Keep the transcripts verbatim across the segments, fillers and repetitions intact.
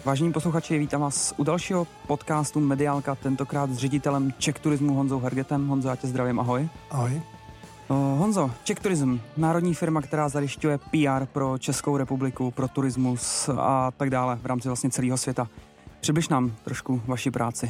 Vážení posluchači, vítám vás u dalšího podcastu Mediálka, tentokrát s ředitelem Czech Turismu Honzou Hergetem. Honzo, já tě zdravím, ahoj. Ahoj. Uh, Honzo, Czech Tourism, národní firma, která zajišťuje P R pro Českou republiku, pro turismus a tak dále v rámci vlastně celého světa. Přibliž nám trošku vaši práci.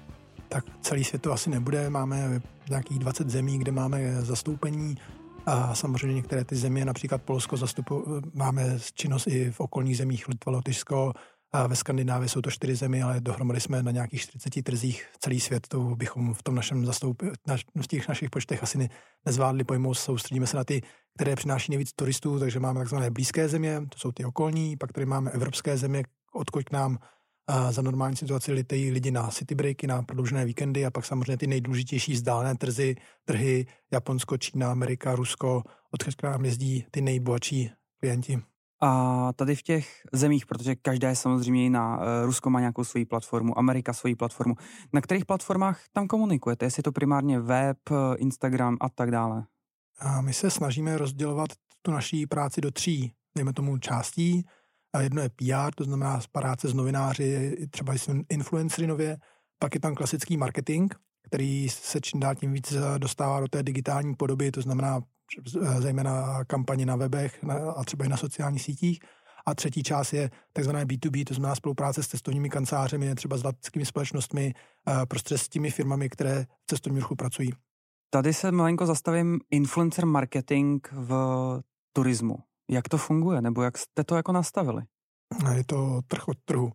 Tak celý svět to asi nebude, máme nějakých dvacet zemí, kde máme zastoupení a samozřejmě některé ty země, například Polsko, zastupu, máme činnost i v okolních zemích, Litva, Lotyšsko, a ve Skandinávii jsou to čtyři země, ale dohromady jsme na nějakých čtyřiceti trzích celý svět, to bychom v tom našem zastoup, naš, v těch našich počtech asi ne, nezvládli pojmout, soustředíme se na ty, které přináší nejvíc turistů, takže máme takzvané blízké země, to jsou ty okolní, pak tady máme evropské země, odkud k nám a za normální situaci litají lidi na city breaky, na prodloužené víkendy a pak samozřejmě ty nejdůležitější vzdálené trzy, trhy, Japonsko, Čína, Amerika, Rusko, odkud k nám jezdí ty nejbohatší klienti. A tady v těch zemích, protože každá je samozřejmě jiná, Rusko má nějakou svoji platformu, Amerika svoji platformu, na kterých platformách tam komunikujete? Jestli je to primárně web, Instagram a tak dále? A my se snažíme rozdělovat tu naší práci do tří, dejme tomu, částí. A jedno je P R, to znamená práce s novináři, třeba jsou influencery nově, pak je tam klasický marketing, který se čím dál tím víc dostává do té digitální podoby, to znamená zejména kampaně na webech a třeba i na sociálních sítích. A třetí část je takzvané B dva B, to znamená spolupráce s cestovními kancelářemi, třeba s leteckými společnostmi, prostě s těmi firmami, které v cestovním ruchu pracují. Tady se malinko zastavím, influencer marketing v turismu. Jak to funguje, nebo jak jste to jako nastavili? Je to trh od trhu.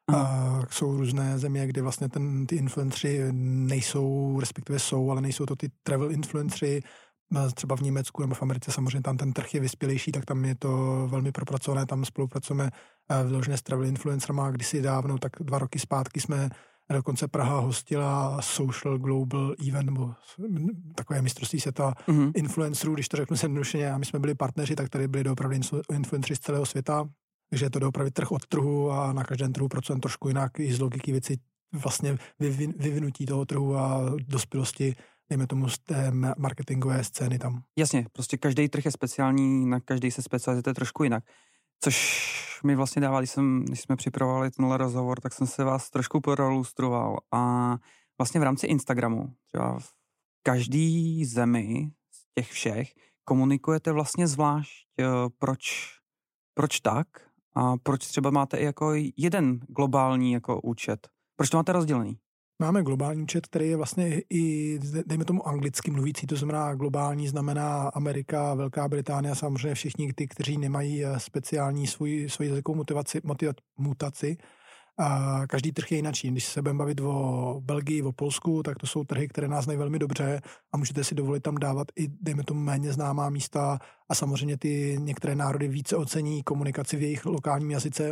A jsou různé země, kde vlastně ten, ty influenceri nejsou, respektive jsou, ale nejsou to ty travel influenceri. Třeba v Německu nebo v Americe samozřejmě tam ten trh je vyspělejší, tak tam je to velmi propracované, tam spolupracujeme vyloženě s travel influencerama. Kdysi dávno, tak dva roky zpátky jsme dokonce Praha hostila Social Global Event, nebo takové mistrovství světa mm-hmm. influencerů, když to řeknu jednodušeně, a my jsme byli partneři, tak tady byli doopravdy influenceři z celého světa, takže je to doopravdy trh od trhu a na každém trhu pracujeme trošku jinak i z logiky věci vlastně vyvin, vyvinutí toho trhu a dospělosti, dejme tomu z té marketingové scény tam. Jasně, prostě každý trh je speciální, na každý se specializuje trošku jinak. Což mi vlastně dává, když, jsem, když jsme připravovali tenhle rozhovor, tak jsem se vás trošku prolustroval a vlastně v rámci Instagramu, třeba v každý zemi z těch všech komunikujete vlastně zvlášť. Proč, proč tak? A proč třeba máte i jako jeden globální jako účet? Proč to máte rozdělený? Máme globální účet, který je vlastně i, dejme tomu, anglicky mluvící, to znamená globální, znamená Amerika, Velká Británie a samozřejmě všichni ty, kteří nemají speciální svůj, svůj jazykovou motivaci, motivaci, mutaci. A každý trh je jinačí. Když se budeme bavit o Belgii, o Polsku, tak to jsou trhy, které nás znají velmi dobře a můžete si dovolit tam dávat i, dejme tomu, méně známá místa a samozřejmě ty některé národy více ocení komunikaci v jejich lokálním jazyce,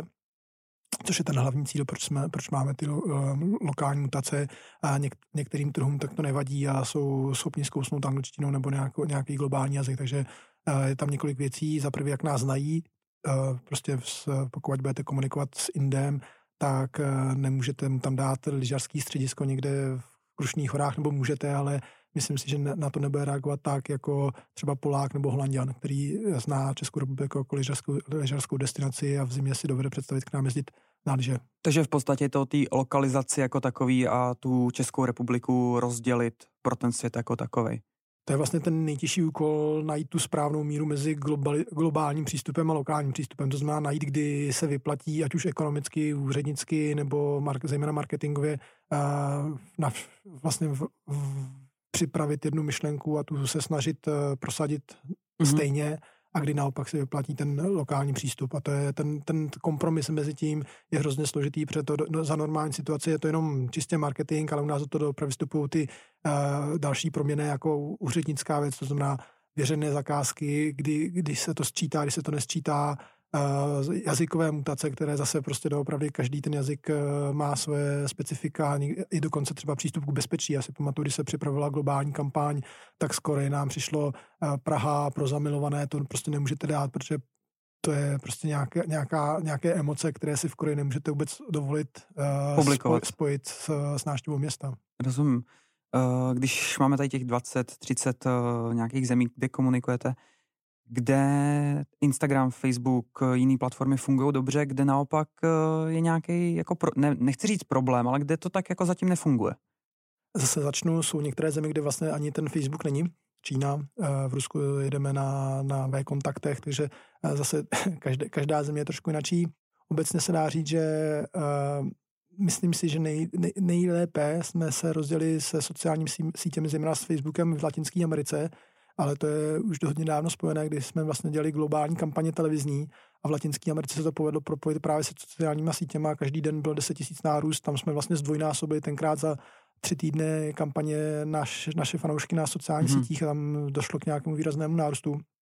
což je ten hlavní cíl, proč, jsme, proč máme ty lo, lokální mutace a něk, některým trhům tak to nevadí a jsou schopni zkousnout angličtinu nebo nějakou, nějaký globální jazyk, takže je tam několik věcí. Za prvé, jak nás znají, prostě pokud budete komunikovat s Indem, tak nemůžete mu tam dát lyžařský středisko někde v Krušných horách, nebo můžete, ale myslím si, že na to nebude reagovat tak jako třeba Polák nebo Holanďan, který zná Českou republiku jako lyžařskou, lyžařskou destinaci a v zimě si dovede představit k nám jezdit na lyže. Takže v podstatě to té lokalizaci jako takový a tu Českou republiku rozdělit pro ten svět jako takovej. To je vlastně ten nejtěžší úkol, najít tu správnou míru mezi globali, globálním přístupem a lokálním přístupem. To znamená najít, kdy se vyplatí, ať už ekonomicky, úřednicky nebo mark, zejména marketingově, uh, na, vlastně v, v, připravit jednu myšlenku a tu se snažit uh, prosadit mm-hmm. stejně a kdy naopak se vyplatí ten lokální přístup. A to je ten, ten kompromis mezi tím je hrozně složitý, protože to no, za normální situaci je to jenom čistě marketing, ale u nás do toho opravdu vystupují ty uh, další proměny jako úřednická věc, to znamená věřené zakázky, kdy, kdy se to sčítá, kdy se to nesčítá, uh, jazykové mutace, které zase prostě doopravdy každý ten jazyk uh, má své specifika, i dokonce třeba přístup k bezpečí. Já si pamatuju, když se připravila globální kampaň, tak skoro nám přišlo uh, Praha pro zamilované, to prostě nemůžete dát, protože to je prostě nějaké, nějaká, nějaké emoce, které si v Koreji nemůžete vůbec dovolit uh, spoj, spojit s, s návštěvou města. Rozumím. Uh, když máme tady těch dvacet, třicet uh, nějakých zemí, kde komunikujete, kde Instagram, Facebook, jiné platformy fungují dobře, kde naopak je nějaký, jako pro, ne, nechci říct problém, ale kde to tak jako zatím nefunguje? Zase začnu, jsou některé země, kde vlastně ani ten Facebook není. Čína, v Rusku jedeme na, na V-kontaktech, takže zase každé, každá země je trošku jinačí. Obecně se dá říct, že uh, myslím si, že nej, nej, nejlépe jsme se rozdělili se sociálními sítěmi, zejména s Facebookem v Latinské Americe, ale to je už hodně dávno spojené, kdy jsme vlastně dělali globální kampaně televizní a v Latinské Americe se to povedlo propojit právě se sociálníma sítěma. Každý den bylo deset tisíc nárůst, tam jsme vlastně zdvojnásobili tenkrát za tři týdny kampaně naš, naše fanoušky na sociálních mm. sítích a tam došlo k nějakému výraznému nárůstu.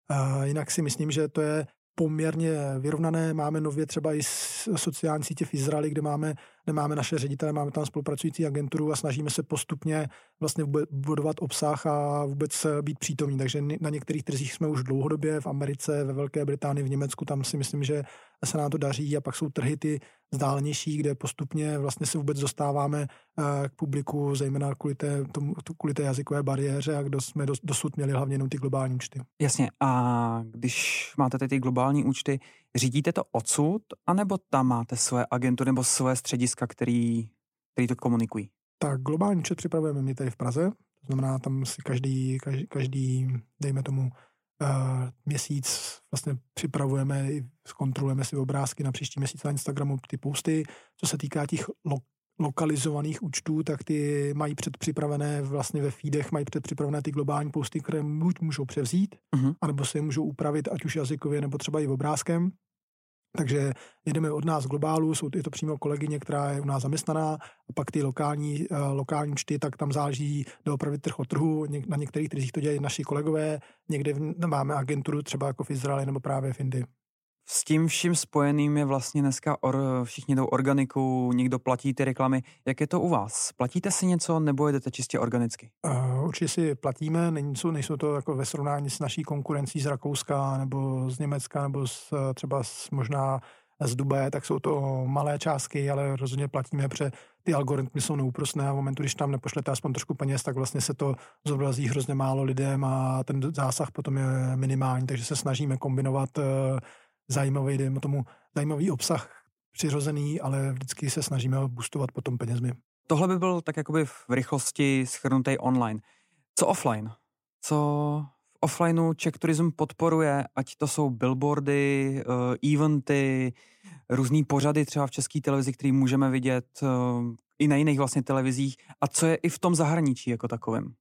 A jinak si myslím, že to je poměrně vyrovnané. Máme nově třeba i sociální sítě v Izraeli, kde máme, kde máme naše ředitele, máme tam spolupracující agenturu a snažíme se postupně vlastně budovat obsah a vůbec být přítomní. Takže na některých trzích jsme už dlouhodobě, v Americe, ve Velké Británii, v Německu, tam si myslím, že se nám to daří a pak jsou trhy ty vzdálenější, kde postupně vlastně se vůbec dostáváme k publiku, zejména kvůli té, tomu, kvůli té jazykové bariéře a kdo jsme dosud měli hlavně jenom ty globální účty. Jasně, a když máte ty, ty globální účty, řídíte to odsud, anebo tam máte své agentury nebo své střediska, který, který to komunikují? Tak globální účet připravujeme my tady v Praze, to znamená tam si každý, každý, každý dejme tomu, Uh, měsíc vlastně připravujeme, zkontrolujeme si obrázky na příští měsíc na Instagramu, ty posty. Co se týká těch lo- lokalizovaných účtů, tak ty mají předpřipravené vlastně ve feedech, mají předpřipravené ty globální posty, které buď můžou převzít, uh-huh. anebo se je můžou upravit, ať už jazykově, nebo třeba i obrázkem. Takže jedeme od nás globálu, jsou je to přímo kolegyně, která je u nás zaměstnaná, a pak ty lokální, uh, lokální účty, tak tam záleží doopravit trh od trhu. Něk, na některých trzích to dělají naši kolegové, někde v, máme agenturu třeba jako v Izraeli nebo právě v Indii. S tím vším spojeným je vlastně dneska or, všichni jdou organiku, někdo platí ty reklamy. Jak je to u vás? Platíte si něco nebo jedete čistě organicky? Uh, určitě si platíme, nejsou, nejsou to jako ve srovnání s naší konkurencí z Rakouska nebo z Německa nebo z, třeba z, možná z Dubaje, tak jsou to malé částky, ale rozhodně platíme, protože ty algoritmy jsou neúprosné a v momentu, když tam nepošlete aspoň trošku peněz, tak vlastně se to zobrazí hrozně málo lidem a ten zásah potom je minimální, takže se snažíme kombinovat uh, zajímavý, dejme tomu, zajímavý obsah přirozený, ale vždycky se snažíme boostovat potom penězmi. Tohle by byl tak jakoby v rychlosti shrnutý online. Co offline? Co v offlineu Czech Tourism podporuje, ať to jsou billboardy, uh, eventy, různý pořady třeba v české televizi, který můžeme vidět uh, i na jiných vlastně televizích, a co je i v tom zahraničí jako takovém?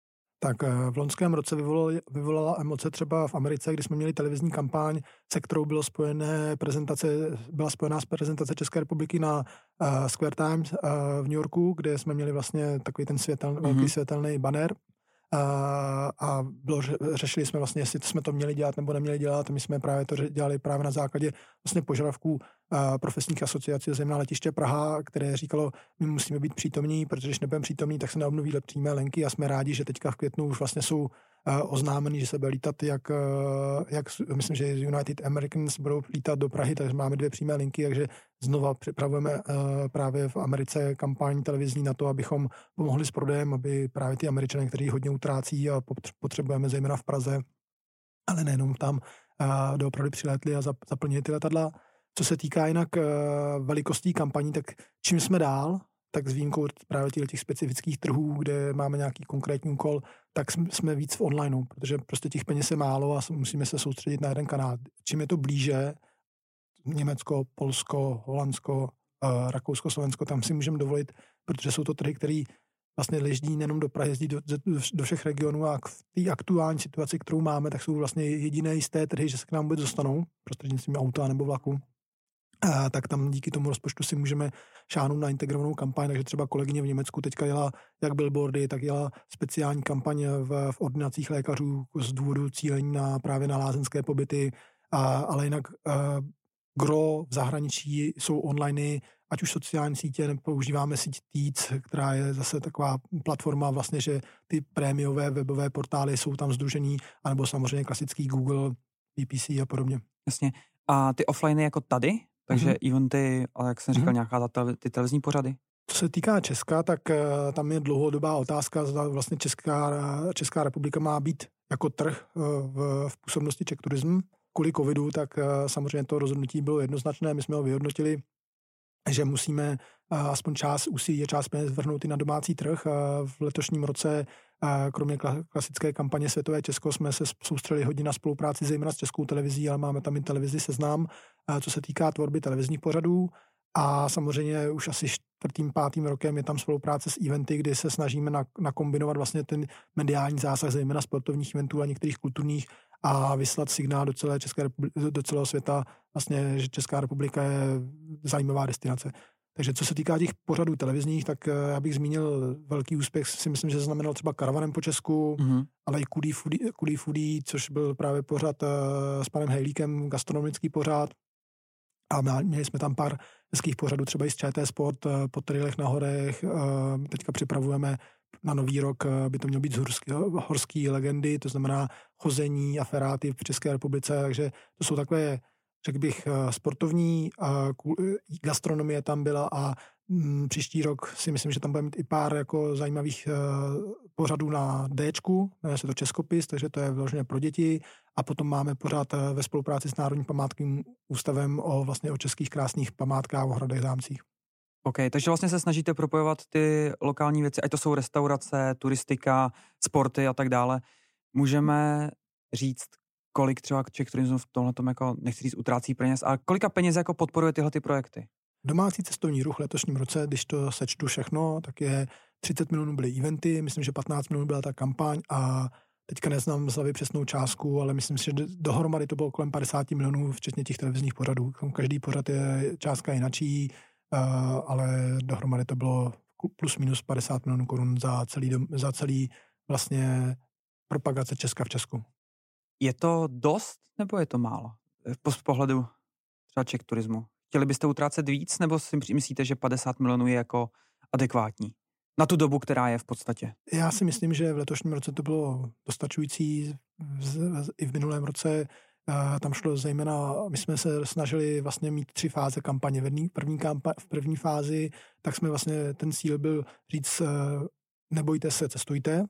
Tak v loňském roce vyvolala, vyvolala emoce třeba v Americe, kdy jsme měli televizní kampaň, se kterou bylo spojené prezentace, byla spojená s prezentace České republiky na uh, Square Times uh, v New Yorku, kde jsme měli vlastně takový ten světel, mm-hmm. velký světelný banner. Uh, a bylo, řešili jsme vlastně, jestli jsme to měli dělat nebo neměli dělat. My jsme právě to dělali právě na základě vlastně požadavků uh, profesních asociací, zejména Letiště Praha, které říkalo, my musíme být přítomní, protože když nebudeme přítomní, tak se neobnoví přímé linky a jsme rádi, že teďka v květnu už vlastně jsou uh, oznámený, že se bude lítat, jak, uh, jak myslím, že United Americans budou lítat do Prahy, takže máme dvě přímé linky, takže znova připravujeme uh, právě v Americe kampaň televizní na to, abychom pomohli s prodejem, aby právě ty Američané, kteří hodně utrácí a potřebujeme zejména v Praze, ale nejenom tam, uh, doopravdy přilétli a zaplnili ty letadla. Co se týká jinak uh, velikostí kampaní, tak čím jsme dál, tak s výjimkou právě těch specifických trhů, kde máme nějaký konkrétní úkol, tak jsme víc v onlineu, protože prostě těch peněz je málo a musíme se soustředit na jeden kanál. Čím je to blíže, Německo, Polsko, Holandsko, uh, Rakousko, Slovensko, tam si můžeme dovolit, protože jsou to trhy, které vlastně leždí nejenom do Prahy, jezdí do, do, do všech regionů a v té aktuální situaci, kterou máme, tak jsou vlastně jediné jisté trhy, že se k nám vůbec dostanou, prostřednictvím auta nebo vlaku. A tak tam díky tomu rozpočtu si můžeme šáhnout na integrovanou kampaň, takže třeba kolegyně v Německu teďka dělá jak billboardy, tak dělá speciální kampaň v, v ordinacích lékařů z důvodu cílení na právě na lázeňské pobyty, a, ale jinak a, gro v zahraničí jsou online, ať už sociální sítě, nebo používáme síť Teads, která je zase taková platforma vlastně, že ty prémiové webové portály jsou tam sdružený, anebo samozřejmě klasický Google, B P C a podobně. Jasně. A ty offline jako tady? Takže mm-hmm. eventy, ale jak jsem říkal, mm-hmm. nějaká ta tele, ty televizní pořady? Co se týká Česka, tak tam je dlouhodobá otázka, zda vlastně Česká, Česká republika má být jako trh v, v působnosti Czech Tourism. Kvůli covidu, tak samozřejmě to rozhodnutí bylo jednoznačné. My jsme ho vyhodnotili, že musíme aspoň část úsilí a část peněz vrhnout i na domácí trh. V letošním roce, kromě klasické kampaně Světové Česko, jsme se soustředili hodně na spolupráci zejména s Českou televizí, ale máme tam i televizi Seznam, co se týká tvorby televizních pořadů. A samozřejmě už asi čtvrtým, pátým rokem je tam spolupráce s eventy, kdy se snažíme nakombinovat vlastně ten mediální zásah, zejména sportovních eventů a některých kulturních, a vyslat signál do celé České republiky, do celého světa, vlastně, že Česká republika je zajímavá destinace. Takže co se týká těch pořadů televizních, tak já bych zmínil velký úspěch, si myslím, že znamenal třeba Karavanem po Česku, mm-hmm. ale i Kudý Foodie, Kudý Foodie, což byl právě pořad s panem Hejlíkem, gastronomický pořad. A měli jsme tam pár hezkých pořadů, třeba i z ČT Sport, po trailech na horech. Teďka připravujeme na nový rok, by to mělo být z horský, horský legendy, to znamená chození a feráty v České republice, takže to jsou takové, řekl bych, sportovní, gastronomie tam byla a příští rok si myslím, že tam bude mít i pár jako zajímavých pořadů na Dčku, jmenuje se to Českopis, takže to je vyloženě pro děti, a potom máme pořád ve spolupráci s Národním památkovým ústavem o vlastně o českých krásných památkách, o hradech, zámcích. OK, takže vlastně se snažíte propojovat ty lokální věci, ať to jsou restaurace, turistika, sporty a tak dále. Můžeme říct, kolik třeba Czech Tourism v tomhletom, jako nechci říct utrácí peněz, ale kolika peněz jako podporuje tyhle ty projekty? Domácí cestovní ruch v letošním roce, když to sečtu všechno, tak je třicet milionů byly eventy, myslím, že patnáct milionů byla ta kampaň a teďka neznám z hlavy přesnou částku, ale myslím si, že dohromady to bylo kolem padesát milionů, včetně těch televizních pořadů. Každý pořad je částka jinačí, ale dohromady to bylo plus minus padesát milionů korun za celý, za celý vlastně propagace Česka v Česku. Je to dost, nebo je to málo? Z pohledu třeba Czech Turismu. Chtěli byste utrácet víc, nebo si myslíte, že padesát milionů je jako adekvátní? Na tu dobu, která je v podstatě. Já si myslím, že v letošním roce to bylo dostačující. I v minulém roce tam šlo zejména, my jsme se snažili vlastně mít tři fáze kampaně. V první, kampa, v první fázi tak jsme vlastně, ten cíl byl říct, nebojte se, cestujte.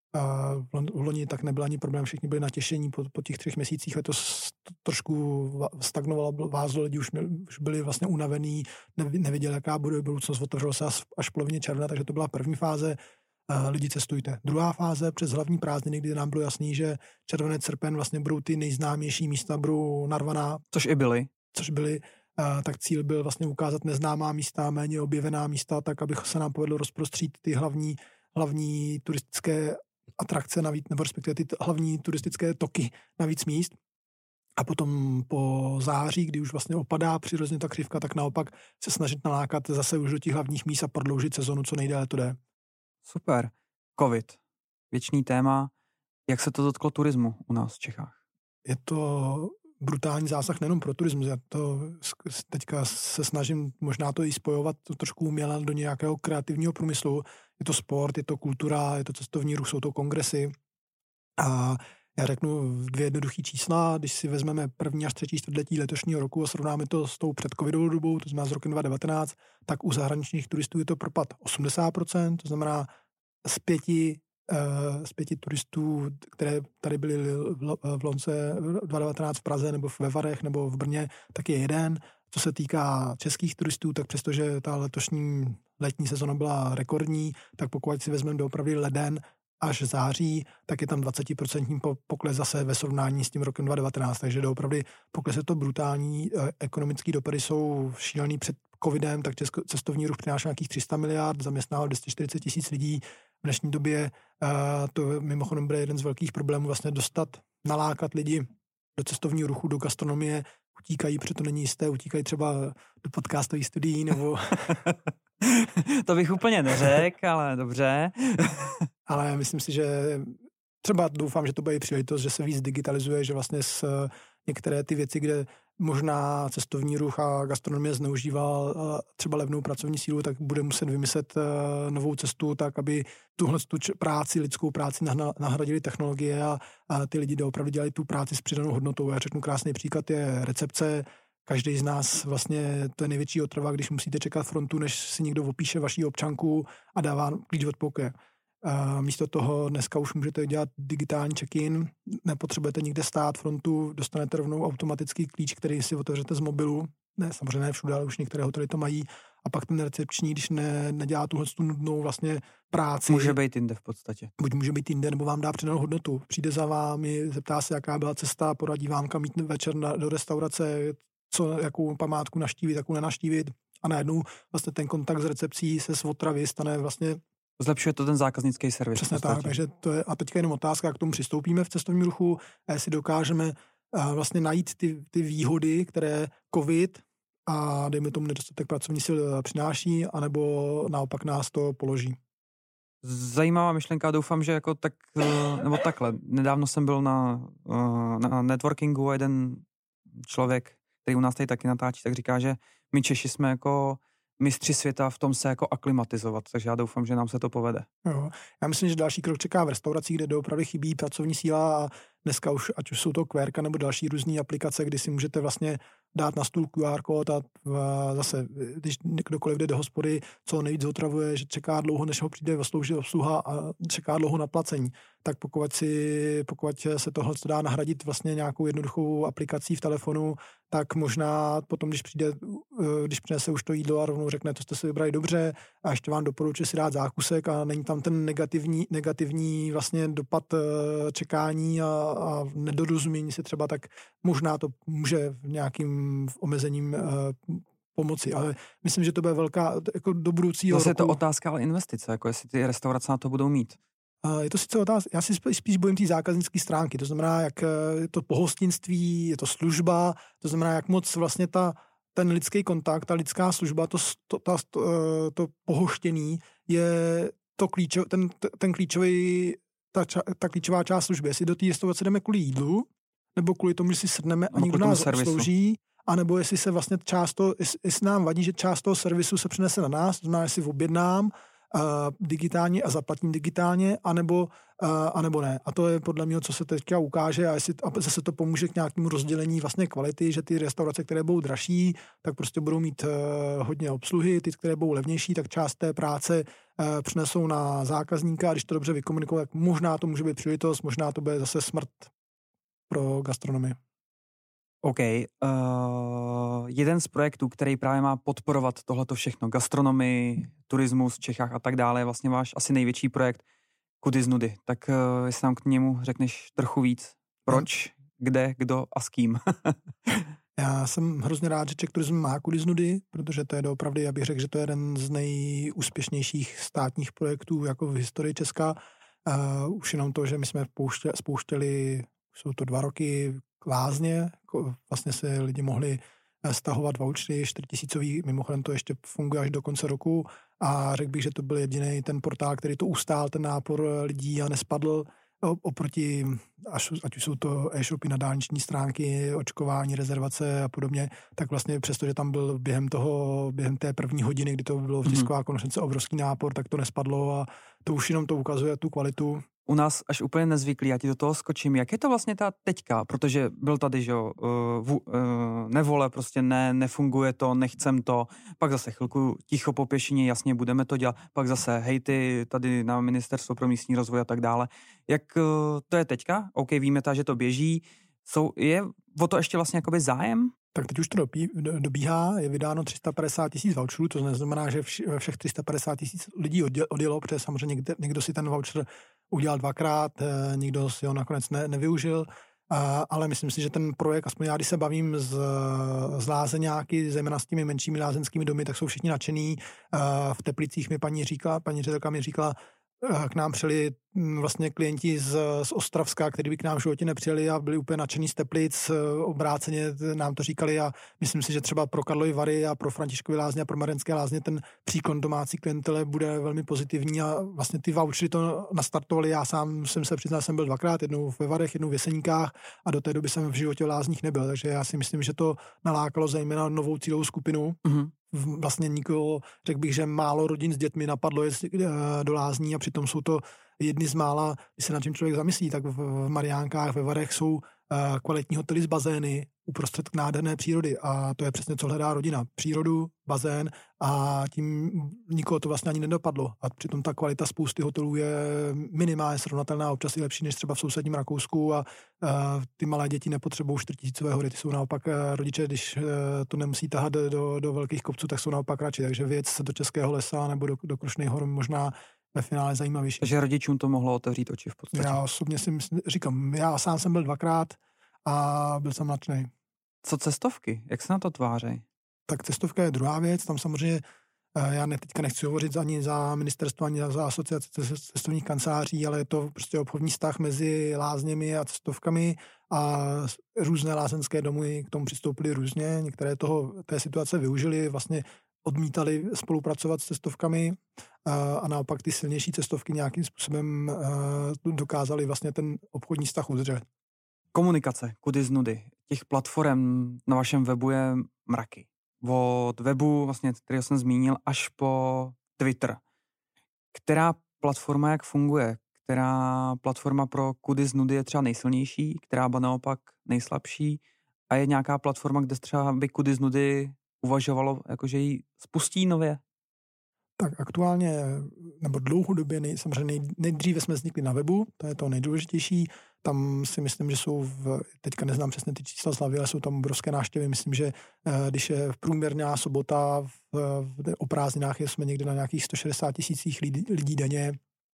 V loni tak nebyl ani problém, všichni byli natěšení po, po těch třech měsících, letos trošku stagnovalo, vázlo, lidi už, měli, už byli vlastně unavený, nevěděli, jaká bude budoucnost, otevřelo se až v polovině června, takže to byla první fáze, lidi cestujte. Druhá fáze přes hlavní prázdniny, kdy nám bylo jasný, že červenec, srpen vlastně budou ty nejznámější místa, budou narvaná. Což i byly. Což byly, tak cíl byl vlastně ukázat neznámá místa, méně objevená místa, tak aby se nám povedlo rozprostřít ty hlavní, hlavní turistické atrakce navíc, nebo respektive ty hlavní turistické toky na víc míst. A potom po září, kdy už vlastně opadá přirozeně ta křivka, tak naopak se snažit nalákat zase už do těch hlavních míst a prodloužit sezonu, co nejdéle to jde. Super. Covid. Věčný téma. Jak se to dotklo turismu u nás v Čechách? Je to brutální zásah nejenom pro turismus. Já to teďka se snažím možná to i spojovat to trošku uměle do nějakého kreativního průmyslu. Je to sport, je to kultura, je to cestovní ruch, jsou to kongresy. A já řeknu dvě jednoduché čísla. Když si vezmeme první až třetí čtvrtletí letošního roku a srovnáme to s tou předcovidovou dobou, to znamená s rokem dva tisíce devatenáct, tak u zahraničních turistů je to propad osmdesát procent, to znamená z pěti, z pěti turistů, které tady byly v Lonce dva tisíce devatenáct v Praze nebo ve Varech nebo v Brně, tak je jeden. Co se týká českých turistů, tak přestože ta letošní letní sezona byla rekordní, tak pokud si vezmeme doopravdy leden až září, tak je tam dvacet procent pokles zase ve srovnání s tím rokem dva tisíce devatenáct. Takže doopravdy pokles je to brutální, ekonomický dopady jsou šílený před covidem, tak česko, cestovní ruch přinášel nějakých tři sta miliard, zaměstnával dvě stě čtyřicet tisíc lidí. V dnešní době to mimochodem bude jeden z velkých problémů vlastně dostat, nalákat lidi do cestovního ruchu, do gastronomie, utíkají, protože to není jisté, utíkají třeba do podcastových studií nebo... To bych úplně neřekl, ale dobře. Ale myslím si, že třeba doufám, že to bude i příležitost, že se víc digitalizuje, že vlastně s některé ty věci, kde možná cestovní ruch a gastronomie zneužíval třeba levnou pracovní sílu, tak bude muset vymyslet novou cestu tak, aby tuhle tu práci, lidskou práci nahradili technologie a, a ty lidi opravdu dělají tu práci s přidanou hodnotou. Já řeknu krásný příklad je recepce. každý z nás vlastně, to je největší otrava, když musíte čekat frontu, než si někdo opíše vaši občanku a dává klíč od pokoje. A místo toho dneska už můžete dělat digitální check-in, nepotřebujete nikde stát frontu, dostanete rovnou automatický klíč, který si otevřete z mobilu, ne, samozřejmě ne všude, ale už některé hotely to mají, a pak ten recepční, když ne, nedělá tuhle tu nudnou vlastně práci. Může být jinde v podstatě. Buď může být jinde, nebo vám dá přidanou hodnotu. Přijde za vámi, zeptá se, jaká byla cesta, poradí vám, kam jít večer na, do restaurace, co, jakou památku naštívit, jakou nenaštívit, a najednou vlastně ten kontakt s recepcí se z otravy stane vlastně. Zlepšuje to ten zákaznický servis. Přesně tak, takže to je, a teďka jenom otázka, jak k tomu přistoupíme v cestovním ruchu, a jestli dokážeme a vlastně najít ty, ty výhody, které covid a dejme tomu nedostatek pracovní sil přináší, anebo naopak nás to položí. Zajímavá myšlenka, doufám, že jako tak, nebo takhle. Nedávno jsem byl na, na networkingu a jeden člověk, který u nás tady taky natáčí, tak říká, že my Češi jsme jako mistři světa v tom se jako aklimatizovat, takže já doufám, že nám se to povede. Jo. Já myslím, že další krok čeká v restauracích, kde doopravdy chybí pracovní síla, a dneska už, ať už jsou to Q R nebo další různé aplikace, kdy si můžete vlastně dát na stůl Q R kód a zase, když kdokoliv jde do hospody, co nejvíc otravuje, že čeká dlouho, než ho přijde sloužit obsluha a čeká dlouho na placení. Tak pokud, si, pokud se tohle dá nahradit vlastně nějakou jednoduchou aplikací v telefonu, tak možná potom, když přijde, když přinese už to jídlo a rovnou řekne, to jste si vybrali dobře, a ještě vám doporučuje si dát zákusek a není tam ten negativní, negativní vlastně dopad čekání a, a nedorozumění se třeba, tak možná to může v nějakým omezením pomoci, ale myslím, že to bude velká, jako do budoucího Zase roku. je to otázka, ale investice, jako jestli ty restaurace na to budou mít. Je to sice otázka, já si spíš bojím té zákaznické stránky, to znamená, jak je to pohostinství, je to služba, to znamená, jak moc vlastně ta, ten lidský kontakt, ta lidská služba, to, to, ta, to, to pohoštění je to klíčo, ten, ten klíčový, ta, ta klíčová část služby. Jestli do té restaurace jdeme kvůli jídlu, nebo kvůli tomu, že si sedneme a někdo nás obslouží, anebo jestli se vlastně část toho, jestli nám vadí, že část toho servisu se přenese na nás, to znamená, jestli objednám uh, digitálně a zaplatím digitálně, anebo, uh, anebo ne. A to je podle mě, co se teďka ukáže, a jestli a zase to pomůže k nějakému rozdělení vlastně kvality, že ty restaurace, které budou dražší, tak prostě budou mít uh, hodně obsluhy, ty, které budou levnější, tak část té práce uh, přinesou na zákazníka, a když to dobře vykomunikují, tak možná to může být příležitost, možná to bude zase smrt pro gastronomii. OK. Uh, jeden z projektů, který právě má podporovat tohleto všechno, gastronomii, turismus v Čechách a tak dále, je vlastně váš asi největší projekt Kudy z nudy. Tak uh, jestli nám k němu řekneš trochu víc. Proč, kde, kdo a s kým? Já jsem hrozně rád, že Czech Tourism má Kudy z nudy, protože to je doopravdy, já bych řekl, že to je jeden z nejúspěšnějších státních projektů jako v historii Česka. Uh, už jenom to, že my jsme pouště, spouštěli, jsou to dva roky, lázně, vlastně se lidi mohli stahovat vouchery čtyřtisícový, mimochodem to ještě funguje až do konce roku, a řekl bych, že to byl jediný ten portál, který to ustál, ten nápor lidí, a nespadl oproti, až, ať už jsou to e-shopy na dálniční stránky, očkování, rezervace a podobně, tak vlastně přesto, že tam byl během toho, během té první hodiny, kdy to bylo v tisková konference obrovský nápor, tak to nespadlo, a to už jenom to ukazuje tu kvalitu. U nás až úplně nezvyklý, já ti do toho skočím. Jak je to vlastně ta teďka? Protože byl tady, že jo, uh, uh, nevole, prostě ne, nefunguje to, nechcem to, pak zase chvilku ticho po pěšině, jasně, budeme to dělat, pak zase hejty tady na Ministerstvo pro místní rozvoj a tak dále. Jak uh, to je teďka? OK, víme ta, že to běží. Jsou, je o to ještě vlastně jakoby zájem? Tak teď už to dobí, dobíhá, je vydáno tři sta padesát tisíc voucherů, to znamená, že ve všech tři sta padesát tisíc lidí odjelo, protože samozřejmě někde, někdo si ten voucher udělal dvakrát, někdo si ho nakonec ne, nevyužil, ale myslím si, že ten projekt, aspoň já, když se bavím z, z lázeňáky, zejména s těmi menšími lázeňskými domy, tak jsou všichni nadšený. V Teplicích mi paní říkala, paní ředitelka mi říkala, k nám přijeli vlastně klienti z, z Ostravska, kteří by k nám v životě nepřijeli a byli úplně nadšení z Teplic, obráceně nám to říkali, a myslím si, že třeba pro Karlovy Vary a pro Františkovy lázně a pro Mariánské lázně ten příklon domácí klientele bude velmi pozitivní, a vlastně ty vouchery to nastartovali. Já sám jsem se přiznal, jsem byl dvakrát, jednou ve Varech, jednou v Jeseníkách, a do té doby jsem v životě v lázních nebyl, takže já si myslím, že to nalákalo zejména novou cílovou skupinu. Mm-hmm. Vlastně nikoho, řekl bych, že málo rodin s dětmi napadlo jet do lázní, a přitom jsou to jedny z mála, když se nad tím člověk zamyslí, tak v Mariánkách, ve Varech jsou kvalitní hotely z bazény uprostřed nádherné přírody a to je přesně, co hledá rodina. Přírodu, bazén a tím nikoho to vlastně ani nedopadlo. A přitom ta kvalita spousty hotelů je minimálně srovnatelná, občas i lepší než třeba v sousedním Rakousku a, a ty malé děti nepotřebují čtyřtisícové hory, ty jsou naopak rodiče, když to nemusí tahat do, do velkých kopců, tak jsou naopak radši. Takže věc se do Českého lesa nebo do, do Krušných hor možná ve finále zajímavější. Takže rodičům to mohlo otevřít oči v podstatě. Já osobně si myslím, říkám, já sám jsem byl dvakrát a byl jsem nadšený. Co cestovky? Jak se na to tváří? Tak cestovka je druhá věc, tam samozřejmě já ne, teďka nechci hovořit ani za ministerstvo, ani za asociaci cestovních kanceláří, ale je to prostě obchodní vztah mezi lázněmi a cestovkami a různé lázeňské domy k tomu přistoupily různě. Některé toho, té situace využili, vlastně odmítali spolupracovat s cestovkami a naopak ty silnější cestovky nějakým způsobem dokázali vlastně ten obchodní vztah udržet. Komunikace, kudy z nudy. Těch platform na vašem webu je mraky. Od webu, vlastně, který jsem zmínil, až po Twitter. Která platforma jak funguje? Která platforma pro kudy z nudy je třeba nejsilnější? Která by naopak nejslabší? A je nějaká platforma, kde třeba by kudy z nudy uvažovalo, jakože ji spustí nově? Tak aktuálně, nebo dlouhodobě, nej, samozřejmě nej, nejdříve jsme vznikli na webu, to je to nejdůležitější. Tam si myslím, že jsou, v, teďka neznám přesně ty čísla z hlavy, ale jsou tam obrovské návštěvy. Myslím, že když je v průměrná sobota v, v, o prázdninách, jsme někde na nějakých sto šedesát tisících lidí, lidí denně.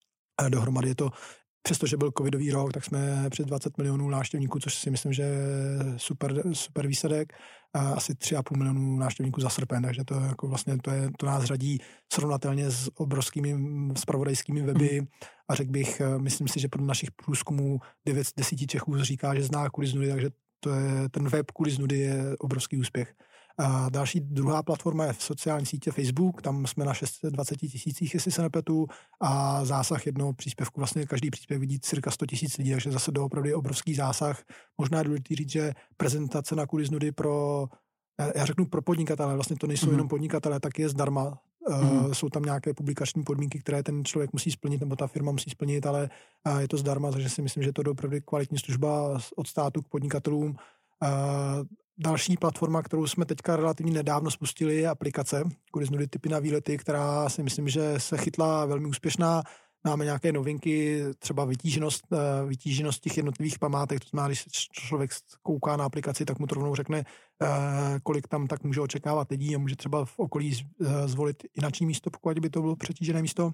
A dohromady je to, přestože byl covidový rok, tak jsme přes dvacet milionů návštěvníků, což si myslím, že je super, super výsledek. A asi tři a půl milionů návštěvníků za srpen, takže to, jako vlastně, to, je, to nás řadí srovnatelně s obrovskými zpravodajskými weby mm. a řekl bych, myslím si, že podle našich průzkumů devět z deseti Čechů říká, že zná Kudy z nudy, takže to je, ten web Kudy z nudy je obrovský úspěch. A další, druhá platforma je v sociální sítě Facebook, tam jsme na šest set dvacet tisících, jestli se nepletu, a zásah jednoho příspěvku, vlastně každý příspěvek vidí cirka sto tisíc lidí, takže zase doopravdy je obrovský zásah. Možná je důležité říct, že prezentace na Kudy z nudy pro, já řeknu pro podnikatele, vlastně to nejsou mm. jenom podnikatele, tak je zdarma. Mm. Jsou tam nějaké publikační podmínky, které ten člověk musí splnit, nebo ta firma musí splnit, ale je to zdarma, takže si myslím, že to je doopravdy kvalitní služba od státu k podnikatelům. Další platforma, kterou jsme teďka relativně nedávno spustili, je aplikace Kudy z nudy tipy na výlety, která si myslím, že se chytla velmi úspěšná. Máme nějaké novinky, třeba vytíženost, vytíženost těch jednotlivých památek, to znamená, když člověk kouká na aplikaci, tak mu to rovnou řekne, kolik tam tak může očekávat lidí a může třeba v okolí zvolit jináčí místo, pokud by to bylo přetížené místo.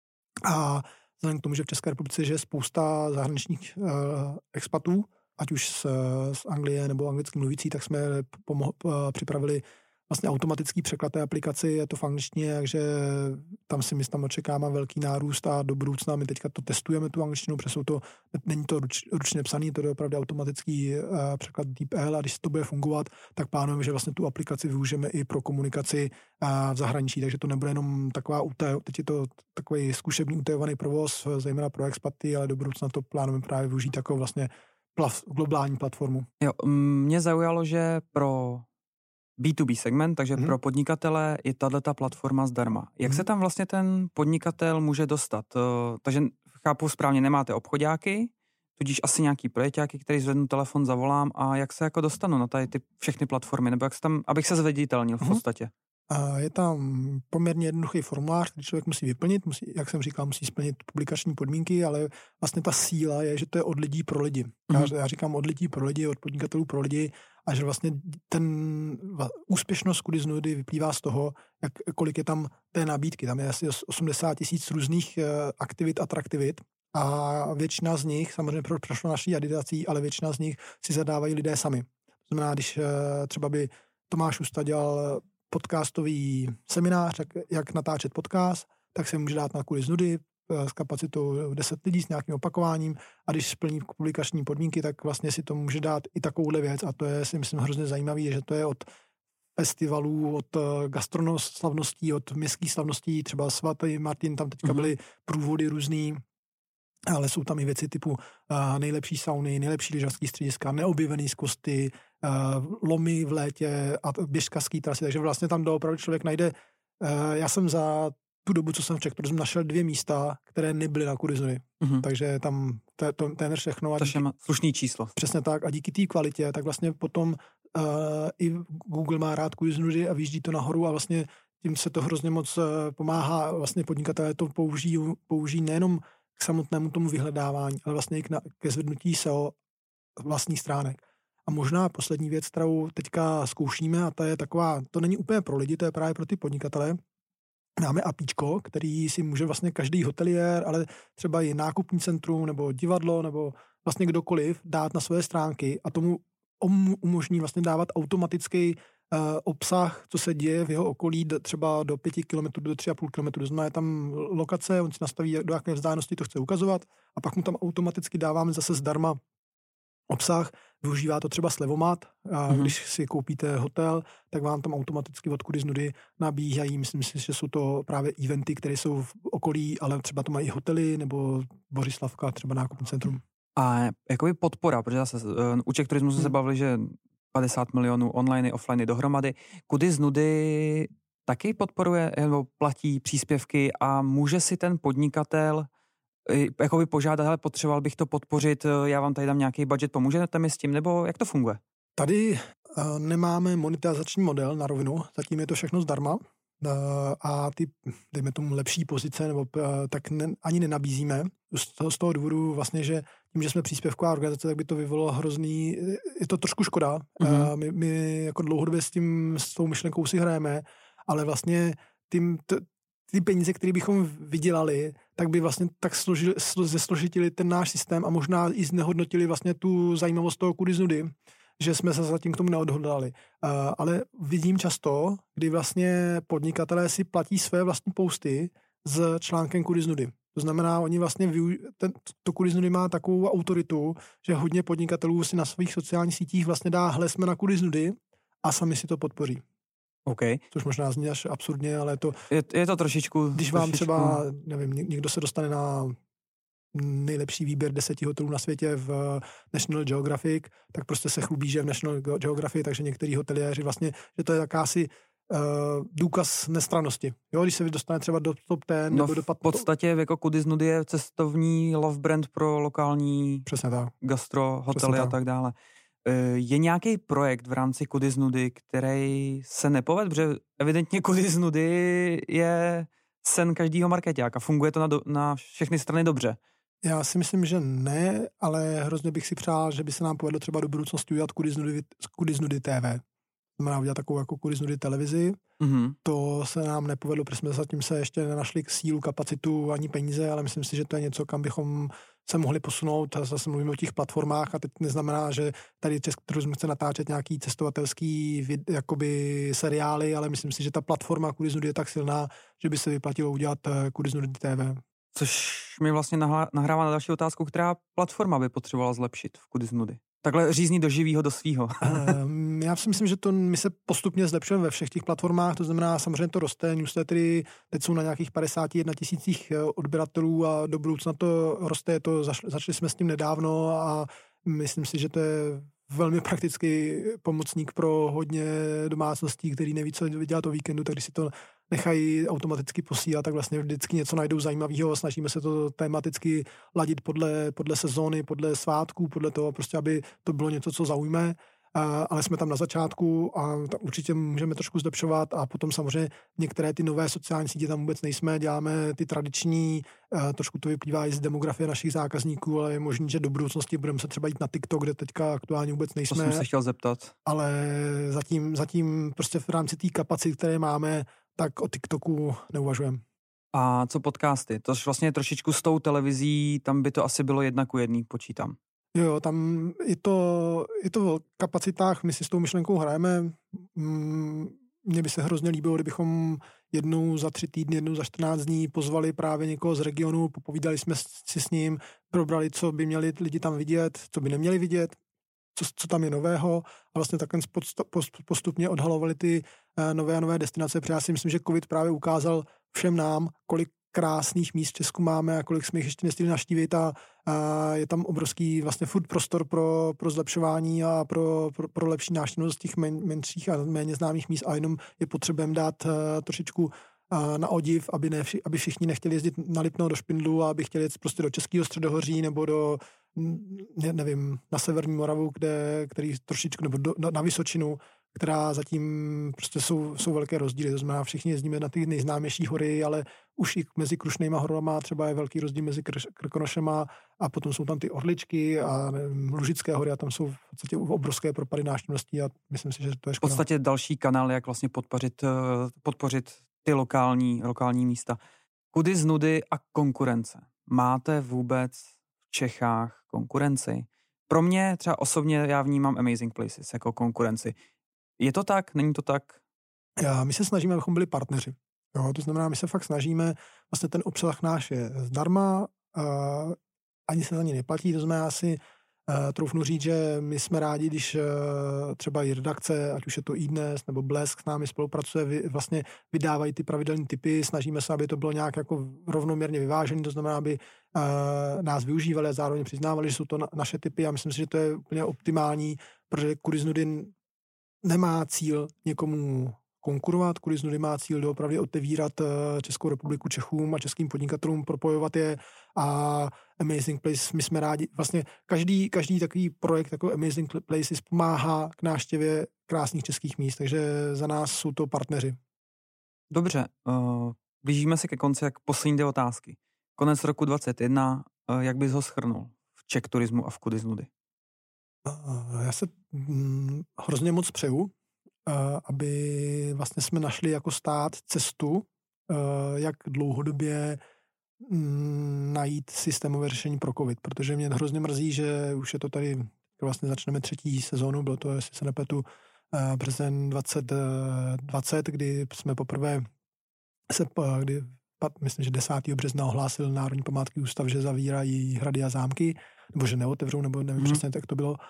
A vzhledem k tomu, že v České republice je spousta zahraničních expatů, ať už z, z Anglie nebo anglicky mluvící, tak jsme pomo- připravili vlastně automatický překlad té aplikaci, je to v angličtině, takže tam si myslím, očekáváme velký nárůst a do budoucna my teďka to testujeme, tu angličtinu, protože jsou to, není to ruč, ručně psaný, to je opravdu automatický uh, překlad DeepL a když to bude fungovat, tak plánujeme, že vlastně tu aplikaci využijeme i pro komunikaci uh, v zahraničí, takže to nebude jenom taková útaj, teď je to takový zkušební utajovaný provoz, zejména pro expaty, ale do budoucna to plánujeme právě využít jako vlastně globální platformu. Jo, mě zaujalo, že pro bé dvě bé segment, takže hmm. pro podnikatele je tato platforma zdarma. Jak hmm. se tam vlastně ten podnikatel může dostat? Takže chápu správně, nemáte obchodáky, tudíž asi nějaký projektáky, který zvednu telefon, zavolám a jak se jako dostanu na tady ty všechny platformy, nebo jak se tam, abych se zveditelnil v podstatě? Hmm. A je tam poměrně jednoduchý formulář, který člověk musí vyplnit, musí, jak jsem říkal, musí splnit publikační podmínky, ale vlastně ta síla je, že to je od lidí pro lidi. Mm-hmm. Já, já říkám od lidí pro lidi, od podnikatelů pro lidi a že vlastně ten úspěšnost Kudy z nudy vyplývá z toho, jak, kolik je tam té nabídky. Tam je asi osmdesát tisíc různých aktivit, atraktivit a většina z nich, samozřejmě prošlo naší aditací, ale většina z nich si zadávají lidé sami. To znamená, když třeba by Tomáš Usta dělal podcastový seminář, jak, jak natáčet podcast, tak se může dát na Kudy z nudy s kapacitou deset lidí s nějakým opakováním a když splní publikační podmínky, tak vlastně si to může dát i takovouhle věc a to je si myslím hrozně zajímavý, že to je od festivalů, od gastronoslavností, od městských slavností, třeba svatý Martin, tam teďka byly průvody různý, ale jsou tam i věci typu uh, nejlepší sauny, nejlepší lyžařský střediska, neobjevený skosty, uh, lomy v létě a běžkařský trasy, takže vlastně tam doopravdy člověk najde. Uh, já jsem za tu dobu, co jsem v Czech Tourism, našel dvě místa, které nebyly na Kudy mm-hmm. takže tam to, to, téměř všechno. To je slušný číslo. Přesně tak a díky té kvalitě, tak vlastně potom uh, i Google má rád Kudy a vyjíždí to nahoru a vlastně tím se to hrozně moc uh, pomáhá, vlastně podnikatelé to použijí, použijí nejenom k samotnému tomu vyhledávání, ale vlastně i k na, ke zvednutí S E O vlastních stránek. A možná poslední věc, kterou teďka zkoušíme, a ta je taková, to není úplně pro lidi, to je právě pro ty podnikatele. Máme apíčko, který si může vlastně každý hoteliér, ale třeba i nákupní centrum, nebo divadlo, nebo vlastně kdokoliv dát na své stránky a tomu umožní vlastně dávat automatický uh, obsah, co se děje v jeho okolí, třeba do pěti kilometrů, do tři a půl kilometru. To znamená, je tam lokace, on si nastaví, do jaké vzdálenosti to chce ukazovat a pak mu tam automaticky dáváme zase zdarma obsah, využívá to třeba Slevomat a mm-hmm. když si koupíte hotel, tak vám tam automaticky od Kudy z nudy nabíhají, myslím si, že jsou to právě eventy, které jsou v okolí, ale třeba to mají i hotely nebo Bořislavka, třeba nákupní centrum. A jakoby podpora, protože zase u Czech Tourismu jsme hmm. se bavili, že padesát milionů online, offline dohromady. Kudy z nudy taky podporuje nebo platí příspěvky a může si ten podnikatel jakoby požádat, ale potřeboval bych to podpořit, já vám tady dám nějaký budget, pomůžete mi s tím, nebo jak to funguje? Tady uh, nemáme monetizační model na rovinu, zatím je to všechno zdarma uh, a ty, dejme tomu, lepší pozice, nebo uh, tak ne, ani nenabízíme. Z toho, z toho důvodu vlastně, že tím, že jsme příspěvková organizace, tak by to vyvolalo hrozný, je to trošku škoda. Mm-hmm. Uh, my, my jako dlouhodobě s tím, s tou myšlenkou si hrajeme, ale vlastně tím, t, ty peníze, které bychom vydělali, tak by vlastně tak složili, zesložitili ten náš systém a možná i znehodnotili vlastně tu zajímavost toho Kudy z nudy, že jsme se zatím k tomu neodhodlali. Uh, ale vidím často, kdy vlastně podnikatelé si platí své vlastní posty s článkem Kudy z nudy. To znamená, oni vlastně využ- ten, to Kudy z nudy má takovou autoritu, že hodně podnikatelů si na svých sociálních sítích vlastně dá hle, jsme na Kudy z nudy a sami si to podpoří. Okay. Což možná zní až absurdně, ale to... Je, je to trošičku... Když vám trošičku... třeba, nevím, někdo se dostane na nejlepší výběr deseti hotelů na světě v National Geographic, tak prostě se chlubí, že v National Geographic, takže některý hoteliéři vlastně, že to je jakási uh, důkaz nestrannosti. Jo, když se dostane třeba do top ten, no nebo do... v podstatě jako Kudy z nudy je cestovní love brand pro lokální Přesně tak. gastro, hotely Přesně a tak dále. Je nějaký projekt v rámci Kudy z nudy, který se nepovedl, protože evidentně Kudy z nudy je sen každýho markeťáka. Funguje to na, do, na všechny strany dobře. Já si myslím, že ne, ale hrozně bych si přál, že by se nám povedlo třeba do budoucnosti udělat Kudy z nudy, Kudy z nudy T V. Znamená udělat takovou jako Kudy z nudy televizi. Mm-hmm. To se nám nepovedlo, protože jsme zatím se ještě nenašli k sílu, kapacitu ani peníze, ale myslím si, že to je něco, kam bychom se mohli posunout. A zase mluvíme o těch platformách a teď neznamená, že tady Český turismus chce natáčet nějaký cestovatelský vid, jakoby seriály, ale myslím si, že ta platforma Kudy z nudy je tak silná, že by se vyplatilo udělat Kudy z nudy T V. Což mi vlastně nahrává na další otázku, která platforma by potřebovala zlepšit v Kudy z nudy. Takhle řízní do živýho, do svýho. um, já si myslím, že to my se postupně zlepšujeme ve všech těch platformách, to znamená, samozřejmě to roste, newslettery teď jsou na nějakých padesát jedna tisících odběratelů a do budoucna to roste, to zašli, začali jsme s tím nedávno a myslím si, že to je velmi praktický pomocník pro hodně domácností, který neví, co dělat o víkendu, tak když si to nechají automaticky posílat, tak vlastně vždycky něco najdou zajímavého. Snažíme se to tematicky ladit podle, podle sezóny, podle svátků, podle toho, prostě aby to bylo něco, co zaujme. Uh, ale jsme tam na začátku a určitě můžeme trošku zlepšovat a potom samozřejmě některé ty nové sociální sítě tam vůbec nejsme, děláme ty tradiční, uh, trošku to vyplývá i z demografie našich zákazníků, ale je možné, že do budoucnosti budeme se třeba jít na TikTok, kde teďka aktuálně vůbec nejsme. To jsem se chtěl zeptat. Ale zatím, zatím prostě v rámci té kapacity, které máme, tak o TikToku neuvažujeme. A co podcasty? To vlastně trošičku s tou televizí, tam by to asi bylo jedna ku jedný, počítám. Jo, tam je to, je to v kapacitách, my si s tou myšlenkou hrajeme. Mně by se hrozně líbilo, kdybychom jednou za tři týdny, jednou za čtrnáct dní pozvali právě někoho z regionu, popovídali jsme si s ním, probrali, co by měli lidi tam vidět, co by neměli vidět, co, co tam je nového a vlastně takhle postupně odhalovali ty nové a nové destinace, protože já si myslím, že covid právě ukázal všem nám, kolik krásných míst v Česku máme a kolik jsme jich ještě nestihli navštívit a, a je tam obrovský vlastně furt prostor pro, pro zlepšování a pro, pro, pro lepší návštěvnost těch men, menších a méně známých míst a jenom je potřebujeme dát uh, trošičku na odiv, aby, ne, aby všichni nechtěli jezdit na Lipno do Špindlu a aby chtěli jet prostě do Českého středohoří nebo do, ne, nevím, na Severní Moravu, kde, který trošičku, nebo do, na, na Vysočinu, která zatím prostě jsou, jsou velké rozdíly. To znamená, všichni jezdíme na ty nejznámější hory, ale už i mezi Krušnejma horama třeba je velký rozdíl mezi Krkonošema a potom jsou tam ty Orličky a nevím, Lužické hory a tam jsou v podstatě obrovské propady návštěvnosti a myslím si, že to je škoda. V podstatě další kanál, jak vlastně podpořit, podpořit ty lokální, lokální místa. Kudy z nudy a konkurence. Máte vůbec v Čechách konkurenci? Pro mě třeba osobně já vnímám Amazing Places jako konkurenci. Je to tak? Není to tak? Já, my se snažíme, abychom byli partneři. Jo, to znamená, my se fakt snažíme, vlastně ten obsah náš je zdarma, uh, ani se za ně neplatí, to znamená asi uh, troufnu říct, že my jsme rádi, když uh, třeba i redakce, ať už je to iDnes nebo Blesk s námi spolupracuje, vy, vlastně vydávají ty pravidelné typy, snažíme se, aby to bylo nějak jako rovnoměrně vyvážené, to znamená, aby uh, nás využívali a zároveň přiznávali, že jsou to na, naše typy a myslím si, že to je úplně optimální, protože Kudy z nudy nemá cíl někomu konkurovat, Kudy z nudy má cíl doopravdy otevírat Českou republiku Čechům a českým podnikatelům, propojovat je a Amazing Place, my jsme rádi, vlastně každý, každý takový projekt jako Amazing Places pomáhá k návštěvě krásných českých míst, takže za nás jsou to partneři. Dobře, uh, blížíme se ke konci, jak poslední dvě otázky. Konec roku dvacet jedna, uh, jak bys ho shrnul v Czech turismu a v Kudy z nudy? Uh, já se hm, hrozně moc přeju, aby vlastně jsme našli jako stát cestu, jak dlouhodobě najít systémové řešení pro covid, protože mě hrozně mrzí, že už je to tady, vlastně začneme třetí sezónu, bylo to, jestli se nepletu, březen dvacet dvacet, kdy jsme poprvé se, kdy, myslím, že desátého března ohlásil Národní památkový ústav, že zavírají hrady a zámky, nebo že neotevřou, nebo nevím hmm. přesně, jak to bylo.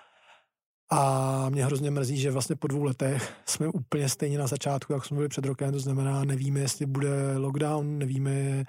A mě hrozně mrzí, že vlastně po dvou letech jsme úplně stejně na začátku, jak jsme byli před rokem, to znamená, nevíme, jestli bude lockdown, nevíme,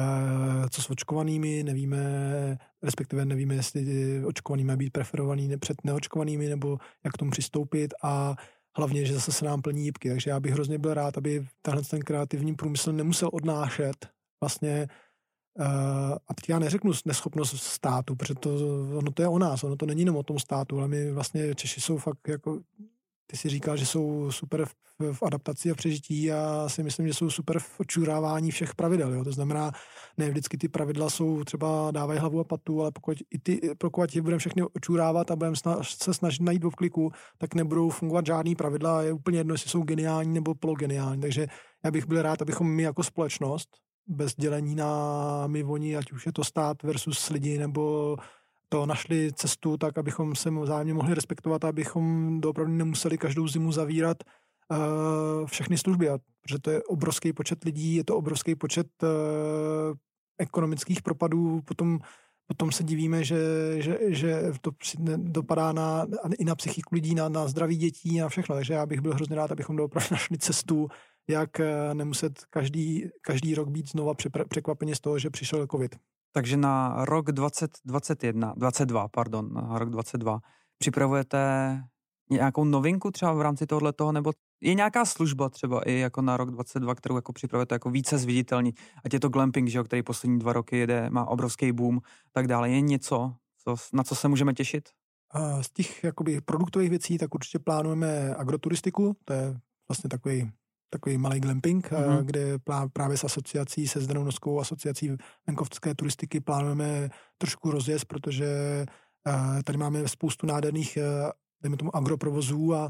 co s očkovanými, nevíme, respektive nevíme, jestli očkovaný má být preferovaný před neočkovanými, nebo jak k tomu přistoupit a hlavně, že zase se nám plní jípky, takže já bych hrozně byl rád, aby tenhle ten kreativní průmysl nemusel odnášet vlastně. Uh, a teď já neřeknu neschopnost státu, protože to, ono to je o nás, ono to není jenom o tom státu, ale my vlastně Češi jsou fakt jako, ty si říkal, že jsou super v, v adaptaci a přežití a já si myslím, že jsou super v očurávání všech pravidel, jo? To znamená, ne vždycky ty pravidla jsou třeba dávají hlavu a patu, ale pokud i ty, pokud je budeme všechny očurávat a budeme se snažit najít v kliku, tak nebudou fungovat žádný pravidla a je úplně jedno, jestli jsou geniální nebo pologeniální, takže já bych byl rád, abychom my jako společnost bez dělení na my, oni, ať už je to stát versus lidi, nebo to našli cestu tak, abychom se vzájemně mohli respektovat, abychom doopravdy nemuseli každou zimu zavírat uh, všechny služby, protože to je obrovský počet lidí, je to obrovský počet uh, ekonomických propadů, potom, potom se divíme, že, že, že to dopadá na, i na psychiku lidí, na, na zdraví dětí a všechno, takže já bych byl hrozně rád, abychom doopravdy našli cestu, jak nemuset každý, každý rok být znova překvapeně z toho, že přišel covid. Takže na rok dvacet dvacet jedna, dvacet dva, pardon, na rok dvacet dva připravujete nějakou novinku třeba v rámci tohoto, nebo je nějaká služba třeba i jako na rok dvacet dva, kterou jako připravujete jako více zviditelnit, ať je to glamping, že jo, který poslední dva roky jede, má obrovský boom, tak dále. Je něco, co, na co se můžeme těšit? A z těch jakoby produktových věcí, tak určitě plánujeme agroturistiku, to je vlastně takový takový malý glamping, mm-hmm. kde právě s asociací, se Zdenou Noskou asociací venkovské turistiky plánujeme trošku rozjezd, protože tady máme spoustu nádherných, dejme tomu, agroprovozů a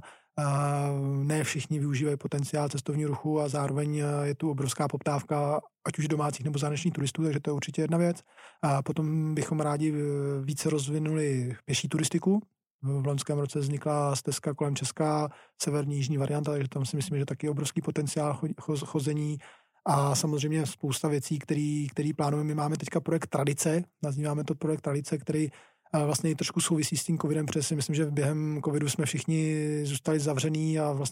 ne všichni využívají potenciál cestovního ruchu a zároveň je tu obrovská poptávka, ať už domácích nebo zahraničních turistů, takže to je určitě jedna věc. A potom bychom rádi více rozvinuli pěší turistiku. V loňském roce vznikla stezka kolem Česka, severní, jižní varianta, takže tam si myslím, že taky je obrovský potenciál chození a samozřejmě spousta věcí, který, který plánujeme. My máme teďka projekt Tradice, nazýváme to projekt Tradice, který vlastně trošku souvisí s tím covidem, protože si myslím, že během covidu jsme všichni zůstali zavřený a vlastně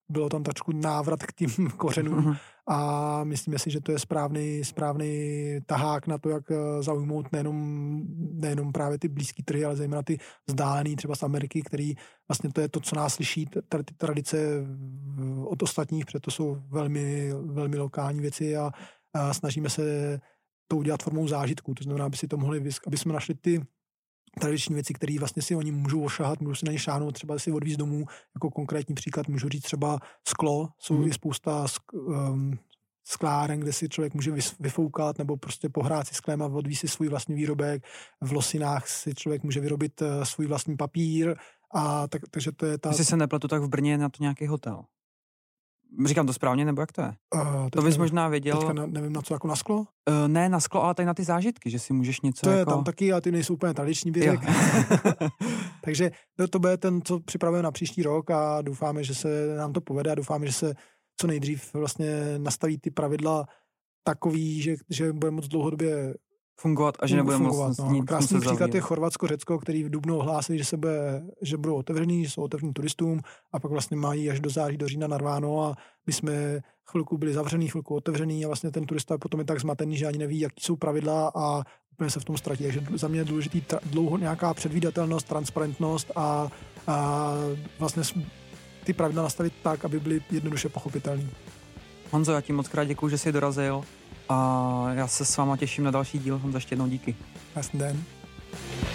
bylo tam trošku návrat k tím kořenům uh-huh. a myslíme si, že to je správný, správný tahák na to, jak zaujmout nejenom, nejenom právě ty blízký trhy, ale zejména ty vzdálený třeba z Ameriky, který vlastně to je to, co nás slyší, tady ty tradice od ostatních, protože to jsou velmi, velmi lokální věci a, a snažíme se to udělat formou zážitku. To znamená, aby si to mohli, aby jsme našli ty tradiční věci, které vlastně si oni můžou ošahat, můžou si na ně šáhnout, třeba si odvízt domů. Jako konkrétní příklad můžu říct třeba sklo. Jsou mm. i spousta sk- um, skláren, kde si člověk může vyfoukat nebo prostě pohrát si sklem a odvízt si svůj vlastní výrobek. V Losinách si člověk může vyrobit uh, svůj vlastní papír. A tak, takže to je ta... Jestli se nepletu, tak v Brně je na to nějaký hotel. Říkám to správně, nebo jak to je? Uh, to bys nevím, možná věděl. Teďka ne, nevím na co, jako na sklo? Uh, ne na sklo, ale tady na ty zážitky, že si můžeš něco to jako... je tam taky, ale ty nejsou úplně tradiční, bych řekl. Takže to, to bude ten, co připravujeme na příští rok a doufáme, že se nám to povede a doufáme, že se co nejdřív vlastně nastaví ty pravidla takový, že, že bude moc dlouhodobě fungovat a že nebude moc no. Krásný příklad je Chorvatsko, Řecko, který v dubnu ohlásili, že se bude, že budou otevřený, že jsou otevřený turistům a pak vlastně mají až do září, do října narváno a my jsme chvilku byli zavřený, chvilku otevřený a vlastně ten turista potom je tak zmatený, že ani neví, jaký jsou pravidla a úplně se v tom ztratí. Takže za mě je důležitý tra- dlouho nějaká předvídatelnost, transparentnost a, a vlastně ty pravidla nastavit tak, aby byly jednoduše pochopitelné. Honzo, já ti moc krát děkuju, že jsi dorazil. A já se s váma těším na další díl. Honzo, ještě jednou díky. Jasný den.